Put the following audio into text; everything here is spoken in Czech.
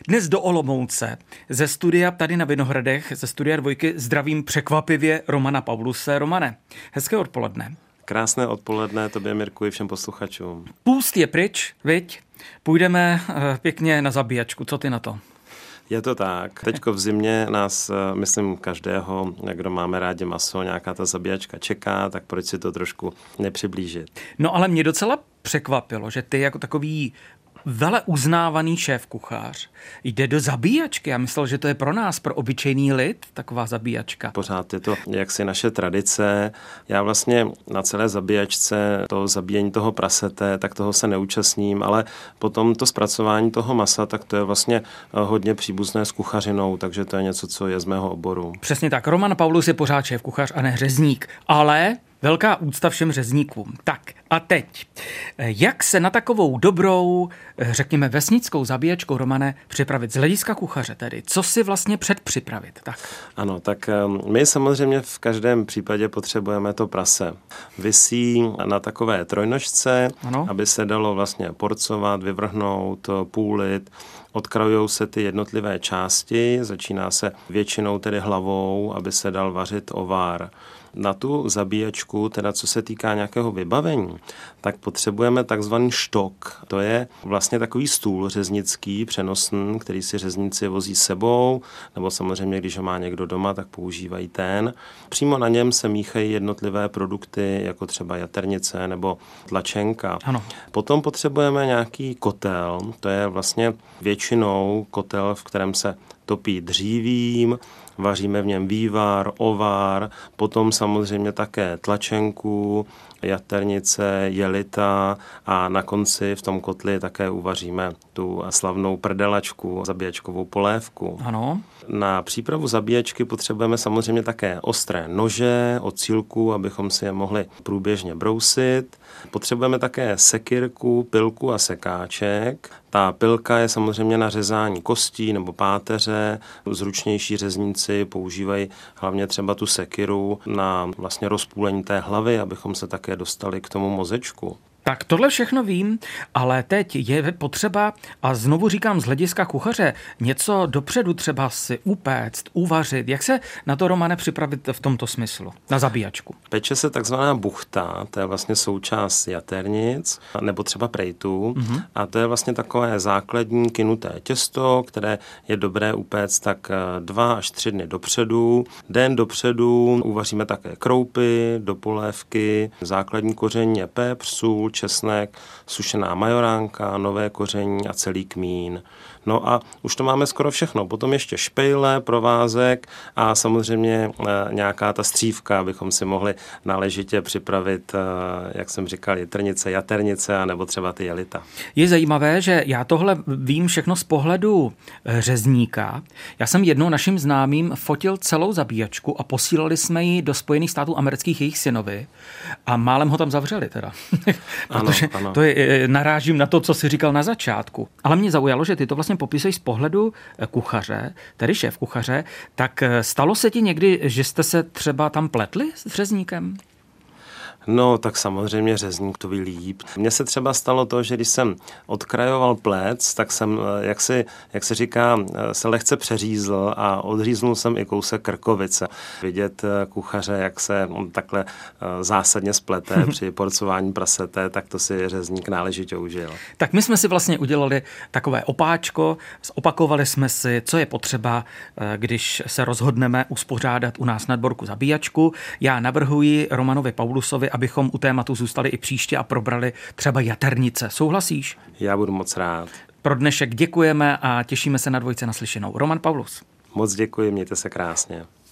Dnes do Olomouce ze studia tady na Vinohradech, ze studia Dvojky, zdravím překvapivě Romana Pauluse. Romane, hezké odpoledne. Krásné odpoledne tobě, Mirku, i všem posluchačům. Půst je pryč, viď? Půjdeme pěkně na zabíjačku, co ty na to? Je to tak. Teďko v zimě nás, myslím, každého, kdo máme rádi maso, nějaká ta zabíjačka čeká, tak proč si to trošku nepřiblížit? No ale mě docela překvapilo, že ty jako takový vele uznávaný šéfkuchař jde do zabíjačky. Já myslel, že to je pro nás, pro obyčejný lid, taková zabíjačka. Pořád je to jaksi naše tradice. Já vlastně na celé zabíjačce, to zabíjení toho prasete, tak toho se neúčastním, ale potom to zpracování toho masa, tak to je vlastně hodně příbuzné s kuchařinou, takže to je něco, co je z mého oboru. Přesně tak. Roman Paulus je pořád šéfkuchař a ne řezník, ale velká úcta všem řezníkům. Tak a teď, jak se na takovou dobrou, řekněme vesnickou zabíjačku, Romane, připravit z hlediska kuchaře tedy? Co si vlastně předpřipravit? Tak. Ano, tak my samozřejmě v každém případě potřebujeme to prase. Visí na takové trojnožce, ano, aby se dalo vlastně porcovat, vyvrhnout, půlit. Odkrajujou se ty jednotlivé části, začíná se většinou tedy hlavou, aby se dal vařit ovár. Na tu zabíjačku, teda co se týká nějakého vybavení, tak potřebujeme takzvaný štok. To je vlastně takový stůl řeznický, přenosný, který si řezníci vozí sebou, nebo samozřejmě, když ho má někdo doma, tak používají ten. Přímo na něm se míchají jednotlivé produkty, jako třeba jaternice nebo tlačenka. Ano. Potom potřebujeme nějaký kotel, to je vlastně většinou kotel, v kterém se topí dřívím, vaříme v něm vývar, ovár, potom samozřejmě také tlačenku, jaternice, jelita a na konci v tom kotli také uvaříme tu slavnou prdelačku, zabíjačkovou polévku. Ano. Na přípravu zabíjačky potřebujeme samozřejmě také ostré nože, ocílku, abychom si je mohli průběžně brousit. Potřebujeme také sekyrku, pilku a sekáček. Ta pilka je samozřejmě na řezání kostí nebo páteře. Zručnější řezníci používají hlavně třeba tu sekyru na vlastně rozpůlení té hlavy, abychom se také dostali k tomu mozečku. Tak tohle všechno vím, ale teď je potřeba, a znovu říkám z hlediska kuchaře, něco dopředu třeba si upéct, uvařit. Jak se na to, Romane, připravit v tomto smyslu, na zabíjačku? Peče se takzvaná buchta, to je vlastně součást jaternic, nebo třeba prejtů, a to je vlastně takové základní kynuté těsto, které je dobré upéct tak 2 až 3 dny dopředu. Den dopředu uvaříme také kroupy, do polévky, základní koření je pepř, sůl, česnek, sušená majoránka, nové koření a celý kmín. No a už to máme skoro všechno. Potom ještě špejle, provázek a samozřejmě nějaká ta střívka, abychom si mohli náležitě připravit, jak jsem říkal, jitrnice, jaternice a nebo třeba ty jelita. Je zajímavé, že já tohle vím všechno z pohledu řezníka. Já jsem jednou našim známým fotil celou zabíjačku a posílali jsme ji do Spojených států amerických jejich synovi a málem ho tam zavřeli teda. Protože ano. To je, narážím na to, co jsi říkal na začátku. Ale mě zaujalo, že ty to vlastně popisuješ z pohledu kuchaře, tedy šéf kuchaře, tak stalo se ti někdy, že jste se třeba tam pletli s řezníkem? No, tak samozřejmě řezník to ví líp. Mně se třeba stalo to, že když jsem odkrajoval plec, tak jsem, jak se říká, se lehce přeřízl a odříznul jsem i kousek krkovice. Vidět kuchaře, jak se on takhle zásadně splete při porcování prasete, tak to si řezník náležitě užil. Tak my jsme si vlastně udělali takové opáčko, zopakovali jsme si, co je potřeba, když se rozhodneme uspořádat u nás na dvorku zabíjačku. Já navrhuji Romanovi Paulusovi, abychom u tématu zůstali i příště a probrali třeba jaternice. Souhlasíš? Já budu moc rád. Pro dnešek děkujeme a těšíme se na Dvojce naslyšenou. Roman Paulus. Moc děkuji, mějte se krásně.